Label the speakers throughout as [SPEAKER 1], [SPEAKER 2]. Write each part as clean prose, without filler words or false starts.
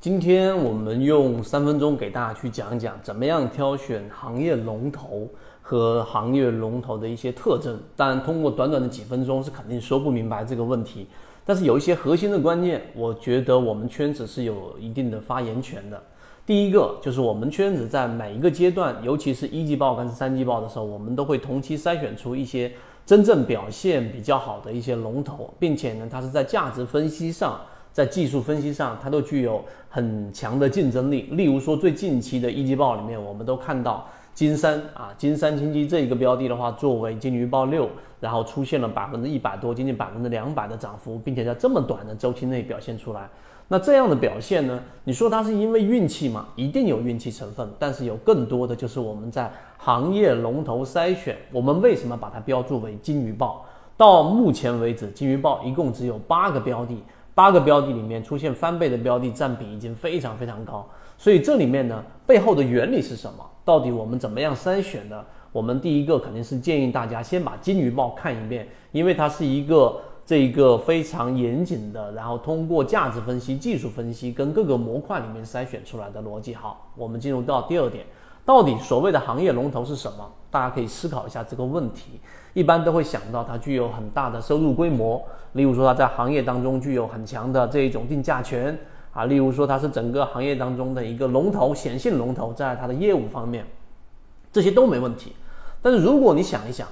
[SPEAKER 1] 今天我们用3分钟给大家去讲一讲，怎么样挑选行业龙头和行业龙头的一些特征。当然，通过短短的几分钟是肯定说不明白这个问题，但是有一些核心的观念，我觉得我们圈子是有一定的发言权的。第一个就是我们圈子在每一个阶段，尤其是一季报跟三季报的时候，我们都会同期筛选出一些真正表现比较好的一些龙头，并且呢，它是在价值分析上，在技术分析上，它都具有很强的竞争力。例如说，最近期的一季报里面，我们都看到金山清基这一个标的的话，作为金鱼报6，然后出现了100%多，接近200%的涨幅，并且在这么短的周期内表现出来。那这样的表现呢，你说它是因为运气吗？一定有运气成分，但是有更多的就是我们在行业龙头筛选。我们为什么把它标注为金鱼报？到目前为止，金鱼报一共只有8个标的，8个标的里面出现翻倍的标的占比已经非常非常高。所以这里面呢，背后的原理是什么？到底我们怎么样筛选的？我们第一个肯定是建议大家先把金鱼报看一遍，因为它是一个非常严谨的，然后通过价值分析、技术分析跟各个模块里面筛选出来的逻辑。好，我们进入到第二点，到底所谓的行业龙头是什么？大家可以思考一下这个问题。一般都会想到它具有很大的收入规模，例如说它在行业当中具有很强的这一种定价权例如说它是整个行业当中的一个龙头，显性龙头，在它的业务方面，这些都没问题。但是如果你想一想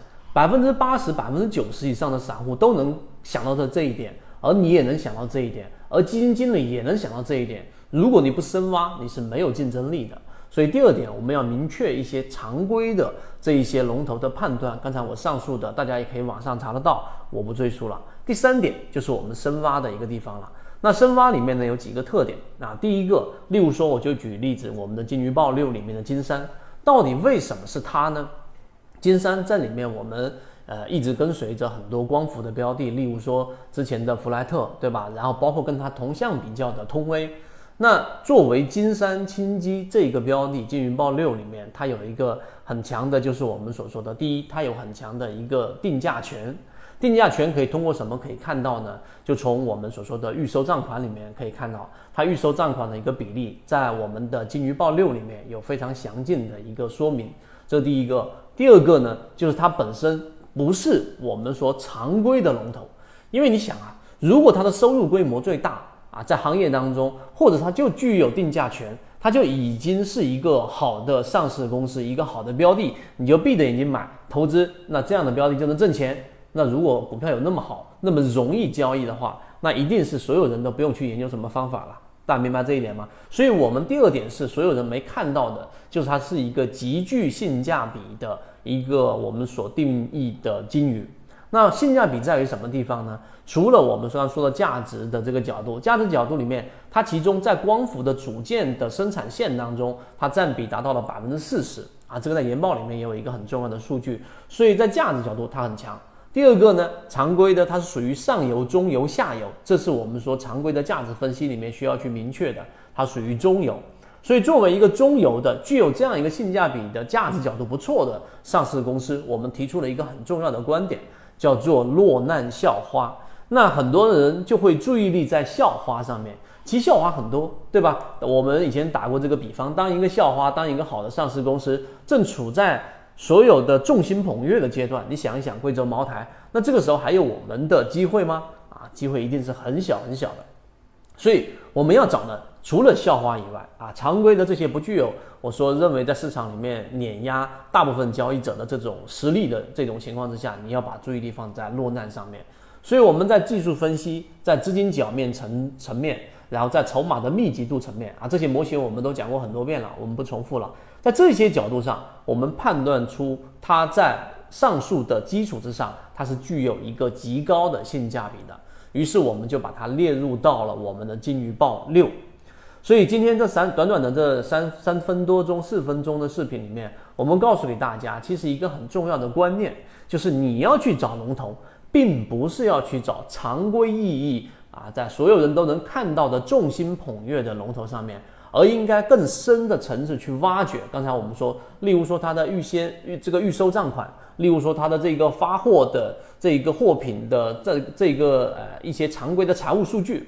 [SPEAKER 1] ，80%、90%以上的散户都能想到这一点，而你也能想到这一点，而基金经理也能想到这一点，如果你不深挖，你是没有竞争力的。所以第二点，我们要明确一些常规的这一些龙头的判断。刚才我上述的，大家也可以网上查得到，我不赘述了。第三点就是我们深挖的一个地方了。那深挖里面呢有几个特点第一个，例如说我就举例子，我们的金鱼报6里面的金山，到底为什么是它呢？金山在里面我们一直跟随着很多光伏的标的，例如说之前的弗莱特，对吧？然后包括跟它同向比较的通威。那作为金山清基这个标的，金鱼报6里面，它有一个很强的，就是我们所说的，第一，它有很强的一个定价权。定价权可以通过什么可以看到呢？就从我们所说的预收账款里面可以看到，它预收账款的一个比例，在我们的金鱼报6里面有非常详尽的一个说明。这是第一个。第二个呢，就是它本身不是我们说常规的龙头，因为你想如果它的收入规模最大在行业当中，或者它就具有定价权，它就已经是一个好的上市公司，一个好的标的，你就闭着眼睛买投资，那这样的标的就能挣钱。那如果股票有那么好，那么容易交易的话，那一定是所有人都不用去研究什么方法了。大家明白这一点吗？所以我们第二点是所有人没看到的，就是它是一个极具性价比的一个我们所定义的金鱼。那性价比在于什么地方呢？除了我们刚才说的价值的这个角度，价值角度里面，它其中在光伏的组件的生产线当中，它占比达到了40%这个在研报里面也有一个很重要的数据，所以在价值角度它很强。第二个呢，常规的它是属于上游、中游、下游，这是我们说常规的价值分析里面需要去明确的，它属于中游。所以作为一个中游的具有这样一个性价比的价值角度不错的上市公司，我们提出了一个很重要的观点，叫做落难校花。那很多人就会注意力在校花上面，其实校花很多，对吧？我们以前打过这个比方，当一个校花，当一个好的上市公司正处在所有的众星捧月的阶段，你想一想贵州茅台，那这个时候还有我们的机会吗？机会一定是很小很小的。所以我们要找的除了校花以外常规的这些不具有我说认为在市场里面碾压大部分交易者的这种实力的这种情况之下，你要把注意力放在落难上面。所以我们在技术分析，在资金角面层面，然后在筹码的密集度层面这些模型我们都讲过很多遍了，我们不重复了。在这些角度上，我们判断出它在上述的基础之上，它是具有一个极高的性价比的。于是我们就把它列入到了我们的金鱼报6。所以今天这短短的这3分多钟、4分钟的视频里面，我们告诉给大家，其实一个很重要的观念，就是你要去找龙头，并不是要去找常规意义在所有人都能看到的众星捧月的龙头上面，而应该更深的层次去挖掘。刚才我们说，例如说它的预收账款，例如说它的这个发货的这个货品的这个一些常规的财务数据，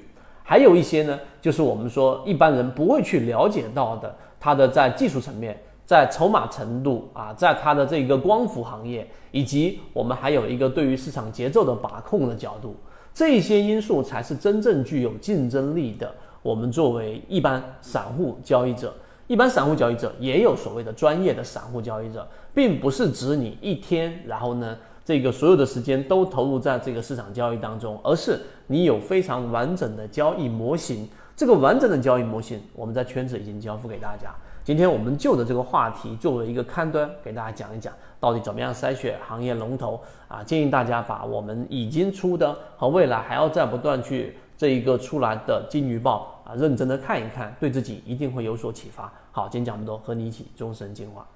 [SPEAKER 1] 还有一些呢，就是我们说一般人不会去了解到的，它的在技术层面，在筹码程度啊，在它的这个光伏行业，以及我们还有一个对于市场节奏的把控的角度，这些因素才是真正具有竞争力的。我们作为一般散户交易者，一般散户交易者也有所谓的专业的散户交易者，并不是指你一天，然后呢，这个所有的时间都投入在这个市场交易当中，而是你有非常完整的交易模型。这个完整的交易模型，我们在圈子已经交付给大家。今天我们就着这个话题作为一个开端，给大家讲一讲到底怎么样筛选行业龙头啊。建议大家把我们已经出的和未来还要再不断去这一个出来的金鱼报啊，认真的看一看，对自己一定会有所启发。好，今天讲这么多，和你一起终身进化。